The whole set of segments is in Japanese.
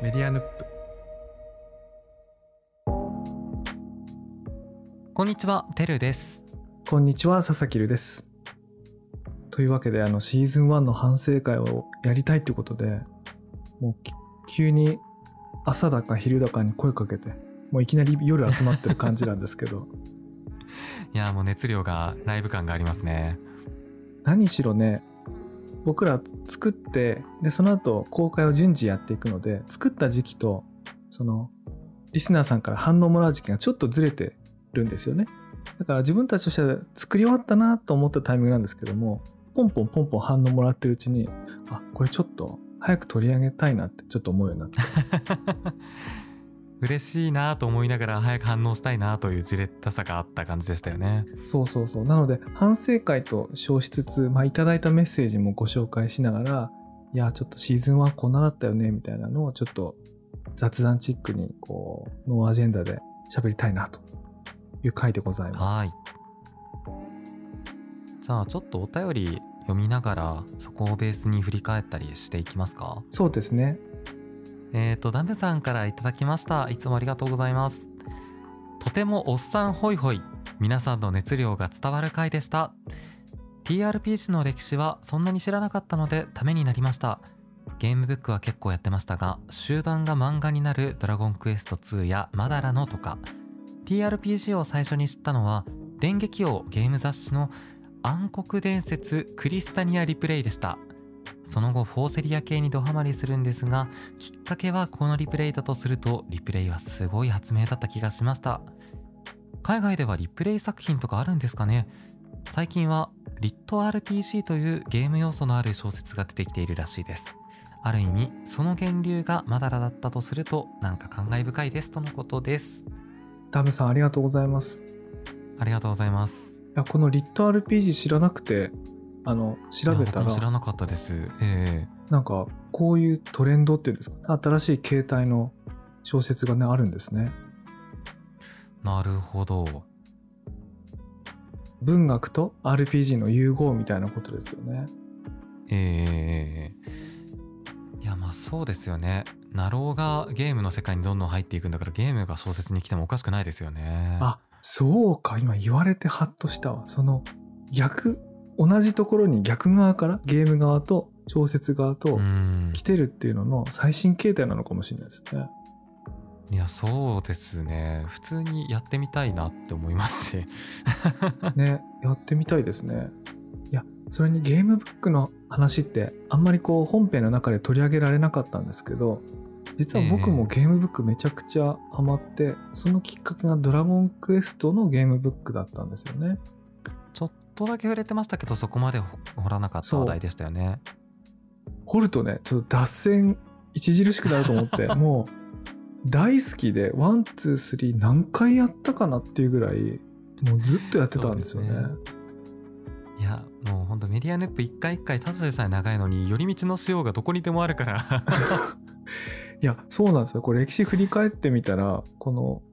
メディアヌップ。 こんにちは、てるです。 こんにちは、佐々木るです。というわけでシーズン1の反省会をやりたいということで、もう急に朝だか昼だかに声かけて、もういきなり夜集まってる感じなんですけどいや、もう熱量がライブ感がありますね。 何しろね、僕ら作ってでその後公開を順次やっていくので、作った時期とそのリスナーさんから反応もらう時期がちょっとずれてるんですよね。だから自分たちとしては作り終わったなと思ったタイミングなんですけども、ポンポン反応もらってるうちに、これちょっと早く取り上げたいなってちょっと思うようになって嬉しいなと思いながら早く反応したいなというじれったさがあった感じでしたよね。 そうなので反省会と称しつつ、いただいたメッセージもご紹介しながら、いやちょっとシーズン1こんなだったよねみたいなのをちょっと雑談チックにこうノーアジェンダで喋りたいなという回でございます。 はい。じゃあちょっとお便り読みながらそこをベースに振り返ったりしていきますか。 そうですね。 ダムさんからいただきました。いつもありがとうございます。とてもおっさんホイホイ、皆さんの熱量が伝わる回でした。 TRPG の歴史はそんなに知らなかったのでためになりました。ゲームブックは結構やってましたが、終盤が漫画になるドラゴンクエスト2やマダラのとか、 TRPG を最初に知ったのは電撃王ゲーム雑誌の暗黒伝説クリスタニアリプレイでした。その後フォーセリア系にドハマりするんですが、きっかけはこのリプレイだとすると、リプレイはすごい発明だった気がしました。海外ではリプレイ作品とかあるんですかね。最近はリット RPG というゲーム要素のある小説が出てきているらしいです。ある意味その源流がマダラだったとするとなんか感慨深いですとのことです。 ダムさんありがとうございます。 ありがとうございます。 いやこのリット RPG 知らなくて調べたら、 知らなかったです。 なんかこういうトレンドっていうんですか、新しい形態の小説がねあるんですね。 なるほど。 文学と RPG の融合みたいなことですよね。 いやそうですよね。ナローがゲームの世界にどんどん入っていくんだから、ゲームが小説に来てもおかしくないですよね。 そうか、今言われてハッとしたわ。その同じところに逆側からゲーム側と小説側と来てるっていうのの最新形態なのかもしれないですね。 いやそうですね。普通にやってみたいなって思いますしね、やってみたいですね。いやそれにゲームブックの話ってあんまりこう本編の中で取り上げられなかったんですけど、実は僕もゲームブックめちゃくちゃハマって、そのきっかけがドラゴンクエストのゲームブックだったんですよね。 ちょっとだけ触れてましたけど、そこまで掘らなかった話題でしたよね。 掘るとねちょっと脱線著しくなると思ってもう大好きで1、2、3何回やったかなっていうぐらいもうずっとやってたんですよね。 いやもうほんとメディアヌップ一回一回ただでさえ長いのに、寄り道のしようがどこにでもあるからいやそうなんですよ。これ歴史振り返ってみたら、この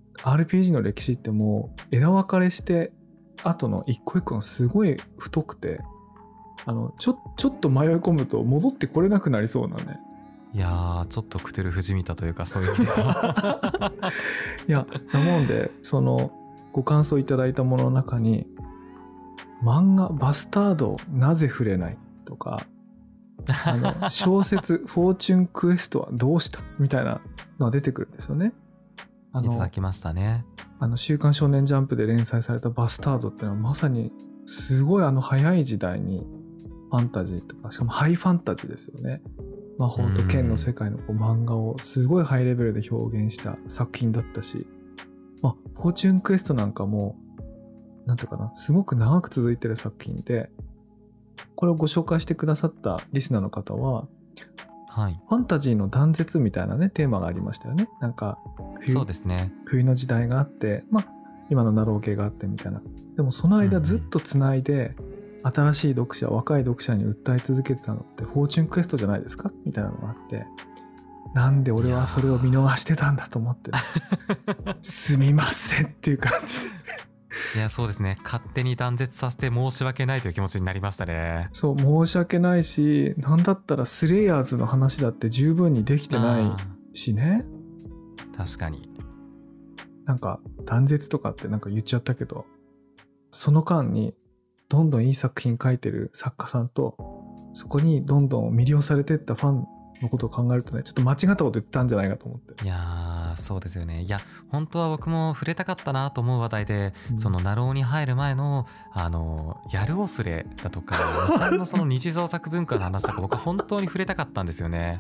RPG の歴史ってもう枝分かれして後の一個一個がすごい太くて、ちょっと迷い込むと戻ってこれなくなりそうなね。 いやちょっとクトゥルフじみたというか、そういう意味ではいやなもんで、そのご感想いただいたものの中に、漫画バスタードなぜ触れないとか小説フォーチュンクエストはどうしたみたいなのが出てくるんですよね。 いただきましたね。 週刊少年ジャンプで連載されたバスタードっていうのはまさにすごい早い時代にファンタジーとか、しかもハイファンタジーですよね。魔法と剣の世界の漫画をすごいハイレベルで表現した作品だったし、フォーチュンクエストなんかもなんていうかな、すごく長く続いてる作品で、これをご紹介してくださったリスナーの方は、 はい、 ファンタジーの断絶みたいなねテーマがありましたよね。なんかそうですね、 冬の時代があって、今のナロー系があってみたいな。でもその間ずっとつないで、新しい読者、若い読者に訴え続けてたのってフォーチュンクエストじゃないですかみたいなのがあって、なんで俺はそれを見逃してたんだと思ってすみませんっていう感じでいやそうですね、勝手に断絶させて申し訳ないという気持ちになりましたね。 そう申し訳ないし、なんだったらスレイヤーズの話だって十分にできてないしね。 確かに。 なんか断絶とかってなんか言っちゃったけど、その間にどんどんいい作品書いてる作家さんと、そこにどんどん魅了されてったファンのことを考えるとね、ちょっと間違ったこと言ったんじゃないかと思って。 いやー、そうですよね。いや、本当は僕も触れたかったなと思う話題で、そのナローに入る前のやるおすれだとか、ちゃんとその日常作文化の話とか僕は本当に触れたかったんですよね。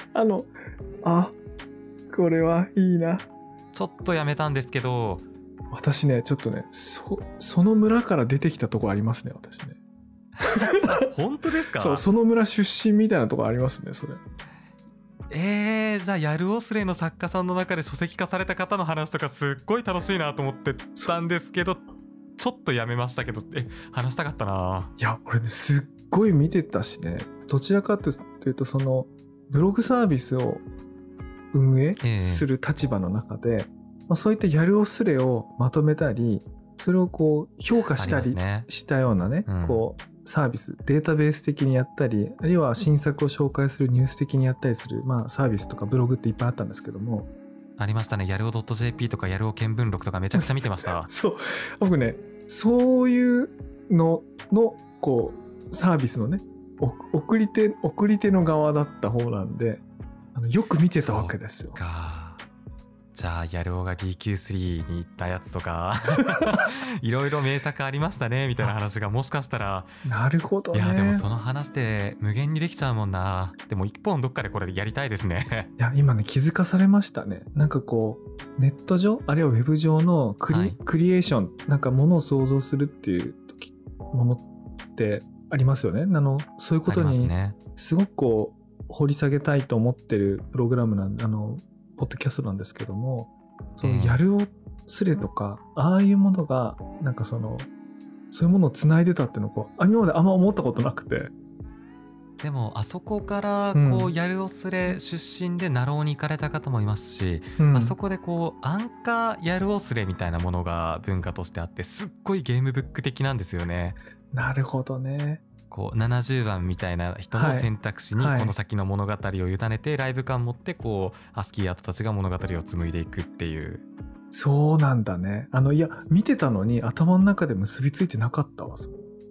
これはいいな。 ちょっとやめたんですけど、 私ね、ちょっとね、その村から出てきたとこありますね、私ね。 本当ですか？ そう、その村出身みたいなとこありますね、それ。 じゃあやるおすれの作家さんの中で書籍化された方の話とかすっごい楽しいなと思ってたんですけど、ちょっとやめましたけど、話したかったな。 いや、俺ね、すっごい見てたしね、どちらかというと、そのブログサービスを運営する立場の中で、そういったやるおすれをまとめたり、それをこう評価したりしたようなね、こうサービス、データベース的にやったり、あるいは新作を紹介するニュース的にやったりする、サービスとかブログっていっぱいあったんですけども。 ありましたね。やるお .jp とかやるお見聞録とかめちゃくちゃ見てました。 そう。僕ね、そういうのの、こう、サービスのね、送り手の側だった方なんで、よく見てたわけですよ。 そうか。じゃあやるおが DQ3 に行ったやつとかいろいろ名作ありましたねみたいな話がもしかしたら。 なるほどね。 いやでもその話って無限にできちゃうもんな。でも一本どっかでこれやりたいですね。 いや今ね気づかされましたね。なんかこうネット上あるいはウェブ上のクリエーション、なんかものを想像するっていうものってありますよね。そういうことにすごくこう掘り下げたいと思ってるプログラムなんで、ポッドキャストなんですけども、そのやるおすれとか、ああいうものがなんかそういうものをつないでたっていうのを今まであんま思ったことなくて。 でもあそこからこうやるおすれ出身でナローに行かれた方もいますし、あそこでこうアンカーやるおすれみたいなものが文化としてあって、すっごいゲームブック的なんですよね。 なるほどね。 こう70番みたいな人の選択肢にこの先の物語を委ねてライブ感持ってこうアスキーアートたちが物語を紡いでいくっていう。 そうなんだね。いや見てたのに頭の中で結びついてなかったわ。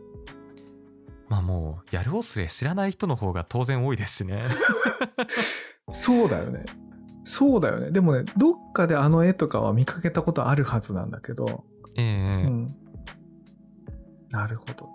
もうやるおすれ知らない人の方が当然多いですしね。 そうだよね。そうだよね。でもね、どっかで絵とかは見かけたことあるはずなんだけど。なるほど。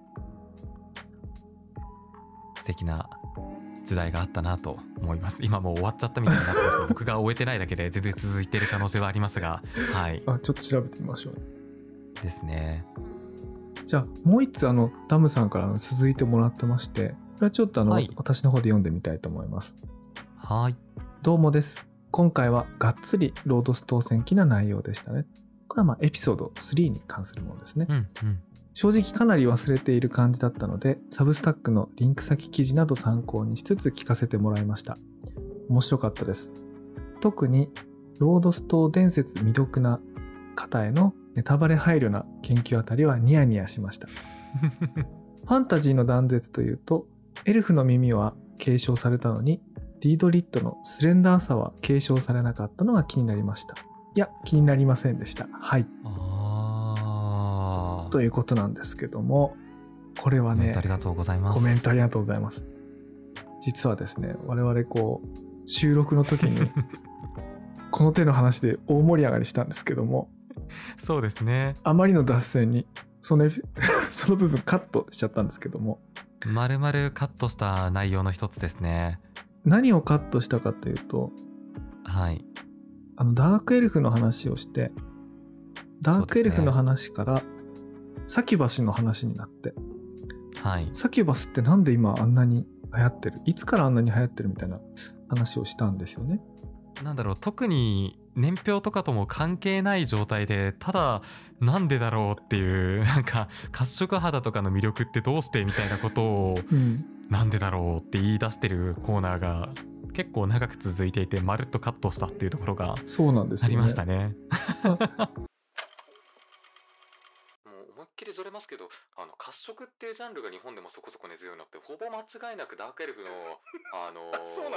素敵な時代があったなと思います。今もう終わっちゃったみたいになってますけど僕が終えてないだけで全然続いている可能性はありますが、はい。 ちょっと調べてみましょう。 ですね。 じゃあもう一つダムさんから続いてもらってまして、これはちょっと私の方で読んでみたいと思います。 はい。 どうもです。今回はがっつりロードス当選記な内容でしたね。これはエピソード3に関するものですね。正直かなり忘れている感じだったので、サブスタックのリンク先記事など参考にしつつ聞かせてもらいました。面白かったです。特にロードスト伝説未読な方へのネタバレ配慮な研究あたりはニヤニヤしました。ファンタジーの断絶というと、エルフの耳は継承されたのに、ディードリットのスレンダーさは継承されなかったのが気になりました。いや、気になりませんでした。はい。ということなんですけども、これはね、 コメントありがとうございます。 コメントありがとうございます。実はですね、我々収録の時にこの手の話で大盛り上がりしたんですけども、 そうですね。 あまりの脱線にその部分カットしちゃったんですけども、 丸々カットした内容の一つですね。 何をカットしたかというと、 はい。 ダークエルフの話をして、ダークエルフの話からサキュバスの話になって、 はい、 サキュバスってなんで今あんなに流行ってる、いつからあんなに流行ってるみたいな話をしたんですよね。 なんだろう、特に年表とかとも関係ない状態で、ただなんでだろうっていう、なんか褐色肌とかの魅力ってどうしてみたいなことを、なんでだろうって言い出してるコーナーが結構長く続いていて、まるっとカットしたっていうところがありましたね。思いっきりずれますけど、褐色っていうジャンルが日本でもそこそこ根強いのってほぼ間違いなくダークエルフのそうなんだ、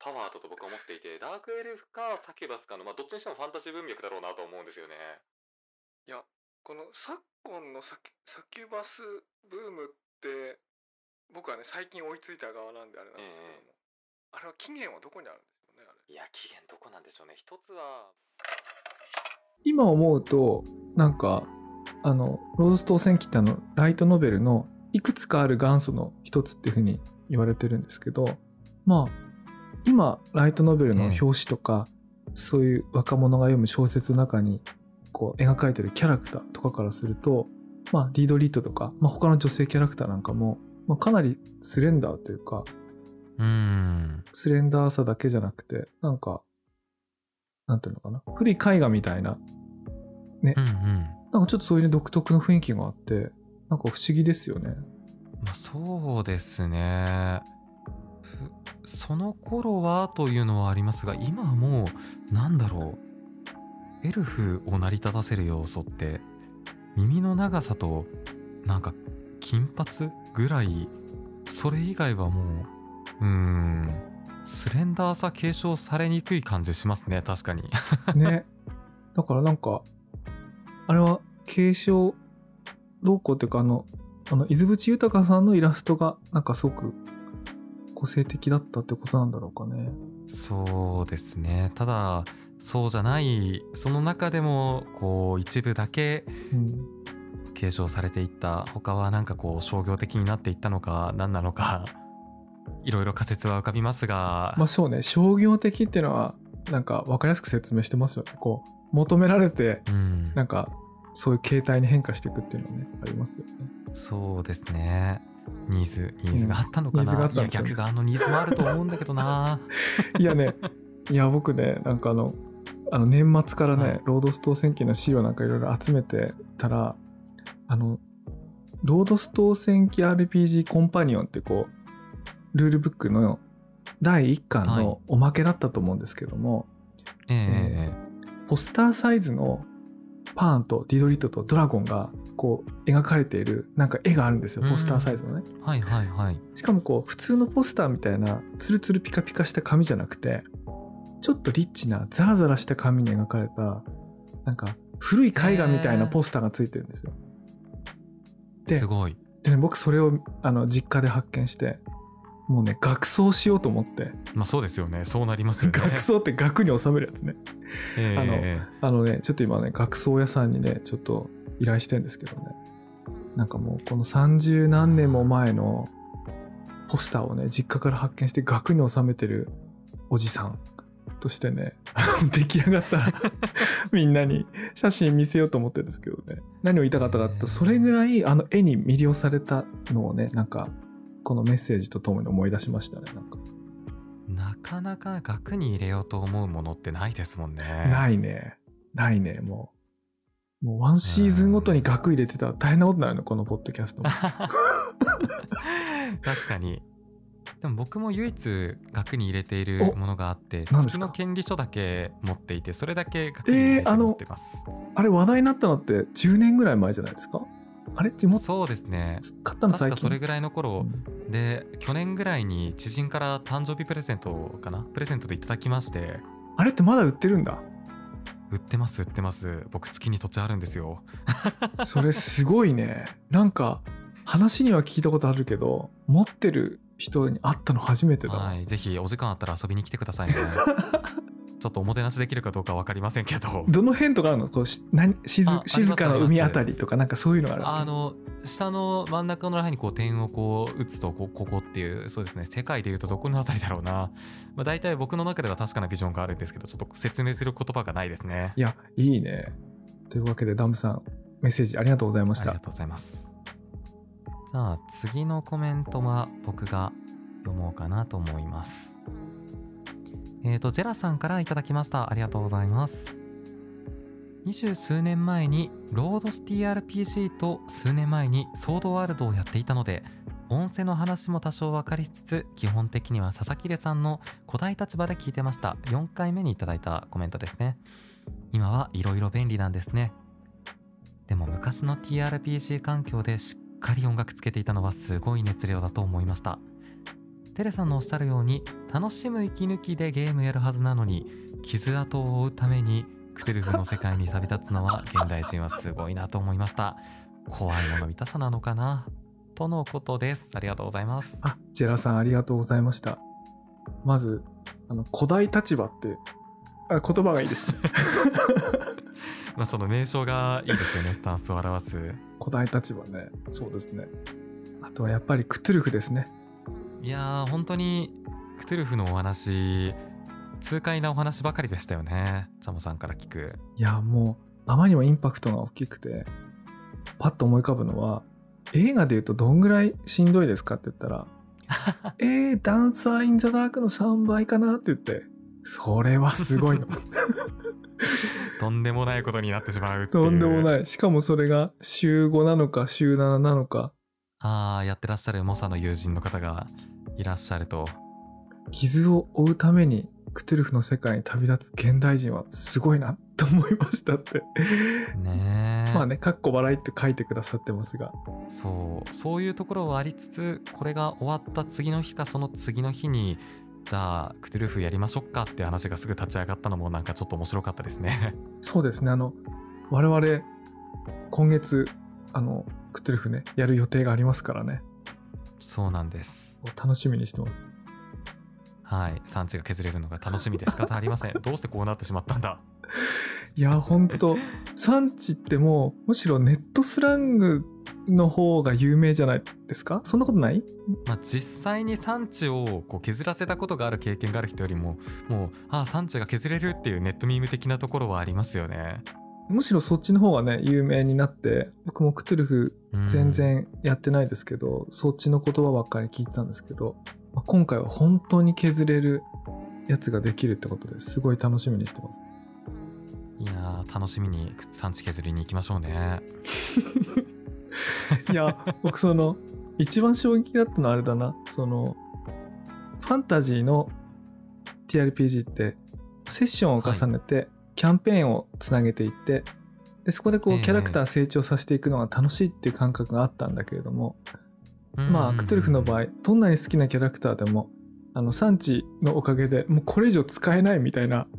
パワーだと僕は思っていて、ダークエルフかサキュバスかの、どっちにしてもファンタジー文脈だろうなと思うんですよね。 いや、この昨今のサキュバスブームって僕はね最近追いついた側なんであれなんですけども、あれは起源はどこにあるんですよね。あれ、 いや、起源どこなんでしょうね。一つは今思うとなんかロードス当選記ってライトノベルのいくつかある元祖の一つっていうふうに言われてるんですけど、今ライトノベルの表紙とか、そういう若者が読む小説の中にこう描かれてるキャラクターとかからすると、リードリットとか、他の女性キャラクターなんかも、かなりスレンダーというか、スレンダーさだけじゃなくて、なんていうのかな、古い絵画みたいなね、なんかちょっとそういう、独特の雰囲気があって、なんか不思議ですよね。 そうですね。その頃はというのはありますが、今はもうなんだろう、エルフを成り立たせる要素って耳の長さとなんか金髪ぐらい、それ以外はもうスレンダーさ継承されにくい感じしますね。確かにね。だからなんかあれは継承どうこうっていうか、伊豆淵豊さんのイラストがなんかすごく個性的だったってことなんだろうかね。 そうですね。ただそうじゃない、その中でもこう一部だけ継承されていった、他はなんかこう商業的になっていったのか何なのか、いろいろ仮説は浮かびますが、 そうね、商業的っていうのはなんか分かりやすく説明してますよね。こう求められて、なんかそういう形態に変化していくっていうのはね、ありますよね。 そうですね。ニーズがあったのかな。いや、逆側のニーズもあると思うんだけどな。 いや僕ね、なんか年末からね、ロードス当選記の資料なんかいろいろ集めてたら、ロードス当選記 RPG コンパニオンってこうルールブックの第1巻のおまけだったと思うんですけども、ポスターサイズのパーンとディドリットとドラゴンがこう描かれているなんか絵があるんですよ、ポスターサイズのね。しかもこう普通のポスターみたいなツルツルピカピカした紙じゃなくて、ちょっとリッチなザラザラした紙に描かれたなんか古い絵画みたいなポスターがついてるんですよ。 すごい。 でね、僕それを実家で発見して、もうね額装しようと思って。 そうですよね。そうなりますよね。 額装って額に収めるやつね。ちょっと今ね額装屋さんにねちょっと依頼してるんですけどね、なんかもうこの30何年も前のポスターをね実家から発見して額に収めてるおじさんとしてね出来上がったらみんなに写真見せようと思ってるんですけどね、何を言いたかったかと、それぐらい絵に魅了されたのをね、なんかこのメッセージとともに思い出しましたね。 なかなか額に入れようと思うものってないですもんね。 ないね。もうワンシーズンごとに額入れてたら大変なことになるの、このポッドキャストも確かに。でも僕も唯一額に入れているものがあって、月の権利書だけ持っていて、それだけ額に入れて持ってます。 あれ話題になったのって10年ぐらい前じゃないですか。あれそうですね。 買ったの最近。 確かそれぐらいの頃、で去年ぐらいに知人から誕生日プレゼントでいただきまして。 あれってまだ売ってるんだ。 売ってます。僕月に土地あるんですよそれすごいね。なんか話には聞いたことあるけど、持ってる人に会ったの初めてだわ。 ぜひお時間あったら遊びに来てくださいねちょっとおもてなしできるかどうか分かりませんけど。 どの辺とかあるの？こう静かな海あたりとか、なんかそういうのがある。 下の真ん中のらへんにこう点をこう打つとここっていう、そうですね、世界でいうとどこのあたりだろうな。大体僕の中では確かなビジョンがあるんですけど、ちょっと説明する言葉がないですね。 いや、いいね。というわけでダムさん、メッセージありがとうございました。 ありがとうございます。じゃあ次のコメントは僕が読もうかなと思います。ジェラさんからいただきました。ありがとうございます。20数年前にロードス TRPG と数年前にソードワールドをやっていたので、音声の話も多少分かりつつ、基本的には佐々木レさんの古代立場で聞いてました。4回目にいただいたコメントですね。今はいろいろ便利なんですね。でも昔の TRPG 環境でしっかり音楽つけていたのはすごい熱量だと思いました。 テレさんのおっしゃるように楽しむ息抜きでゲームやるはずなのに傷跡を追うためにクトゥルフの世界に旅立つのは現代人はすごいなと思いました。怖いもの見たさなのかなとのことです。ありがとうございます。 ジェラさんありがとうございました。まず古代立場って言葉がいいですね。 まあその名称がいいですよね。スタンスを表す古代立場ね。そうですね。あとはやっぱりクトゥルフですね。 いやー本当にクトゥルフのお話痛快なお話ばかりでしたよね。チャモさんから聞く。 いやもうあまりにもインパクトが大きくてパッと思い浮かぶのは、映画で言うとどんぐらいしんどいですかって言ったらダンサー・イン・ザ・ダークの3倍かなって言って、それはすごいの。 とんでもないことになってしまうっていう。 とんでもない。しかもそれが週5なのか週7なのか。 やってらっしゃる猛者の友人の方がいらっしゃると。 傷を負うためにクトゥルフの世界に旅立つ現代人はすごいなと思いましたってね。 まあね、かっこ笑いって書いてくださってますが、 そういうところはありつつ、これが終わった次の日かその次の日にじゃあクトゥルフやりましょうかって話がすぐ立ち上がったのもなんかちょっと面白かったですね。 そうですね。我々今月クトゥルフねやる予定がありますからね。 そうなんです。 楽しみにしてます。 はい、産地が削れるのが楽しみで仕方ありません。どうしてこうなってしまったんだ。 いや本当産地ってもうむしろネットスラングの方が有名じゃないですか。そんなことない？ 実際に産地をこう削らせたことがある経験がある人よりももう産地が削れるっていうネットミーム的なところはありますよね。 むしろそっちの方がね有名になって、僕もクトゥルフ全然やってないですけど、そっちの言葉ばっかり聞いてたんですけど、今回は本当に削れるやつができるってことですごい楽しみにしてます。 いやー楽しみに産地削りに行きましょうね。 いや僕一番衝撃だったのはあれだな、ファンタジーの TRPG ってセッションを重ねてキャンペーンをつなげていって、でそこでこうキャラクター成長させていくのが楽しいっていう感覚があったんだけれども、クトゥルフの場合どんなに好きなキャラクターでも産地のおかげでもうこれ以上使えないみたいな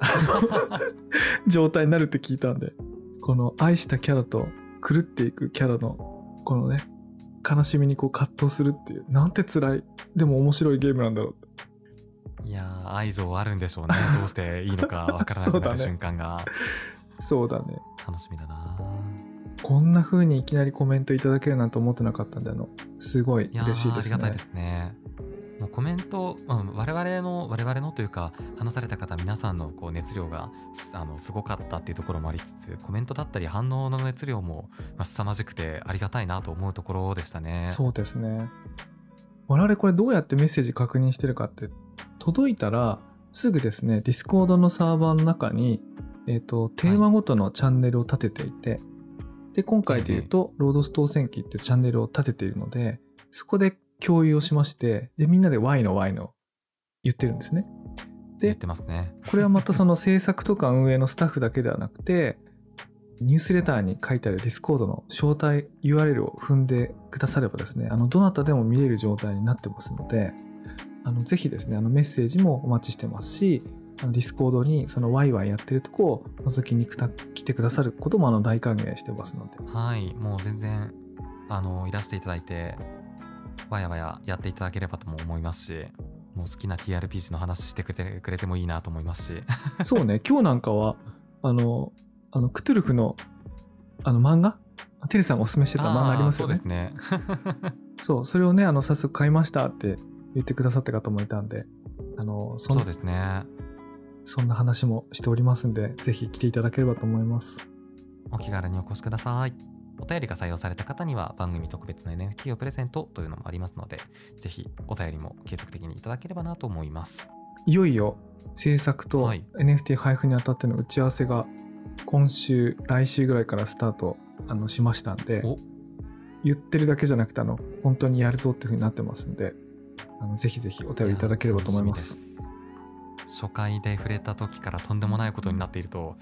状態になるって聞いたんで、この愛したキャラと狂っていくキャラのこのね悲しみにこう葛藤するっていう、なんて辛いでも面白いゲームなんだろうって。 いやー愛憎あるんでしょうね。どうしていいのかわからなくなる瞬間がそうだね。 楽しみだな。 こんな風にいきなりコメントいただけるなんて思ってなかったんで、すごい嬉しいですね。 ありがたいですね。もうコメント、我々のというか話された方皆さんのこう熱量がすごかったっていうところもありつつ、コメントだったり反応の熱量も凄まじくてありがたいなと思うところでしたね。そうですね。 我々これどうやってメッセージ確認してるかって、届いたらすぐですねディスコードのサーバーの中に、テーマごとのチャンネルを立てていて、で今回で言うと、ロードス当選機ってチャンネルを立てているので、そこで共有をしまして、でみんなで Y の言ってるんですね。で言ってますね。 これはまたその制作とか運営のスタッフだけではなくて、ニュースレターに書いてあるディスコードの招待 URL を踏んでくださればですね、どなたでも見れる状態になってますので、ぜひですねメッセージもお待ちしてますし、ディスコードにそのワイワイやってるとこを覗きに来てくださることも大歓迎してますので、 はい、もう全然いらしていただいてわやわややっていただければとも思いますし、もう好きな TRPG の話してくれてもいいなと思いますしそうね、今日なんかはクトゥルフの漫画、テレさんがおすすめしてた漫画ありますよね。 そうですねそう、それをね早速買いましたって言ってくださった方もいたんで、 そうですね、 そんな話もしておりますんで、ぜひ来ていただければと思います。 お気軽にお越しください。お便りが採用された方には番組特別の NFT をプレゼントというのもありますので、ぜひお便りも継続的にいただければなと思います。 いよいよ制作と NFT 配布にあたっての打ち合わせが来週ぐらいからスタートしましたんで、言ってるだけじゃなくて本当にやるぞっていう風になってますんで、ぜひぜひお便りいただければと思います。 初回で触れた時からとんでもないことになっていると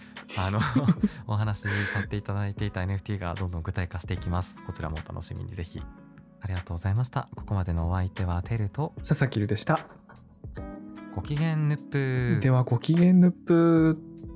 お話しさせていただいていた NFT がどんどん具体化していきます。こちらもお楽しみにぜひ。あありがとうございました。ここまでのお相手はてると佐々木るでした。 ごきげんぬっぷー。 ではごきげんぬっぷー。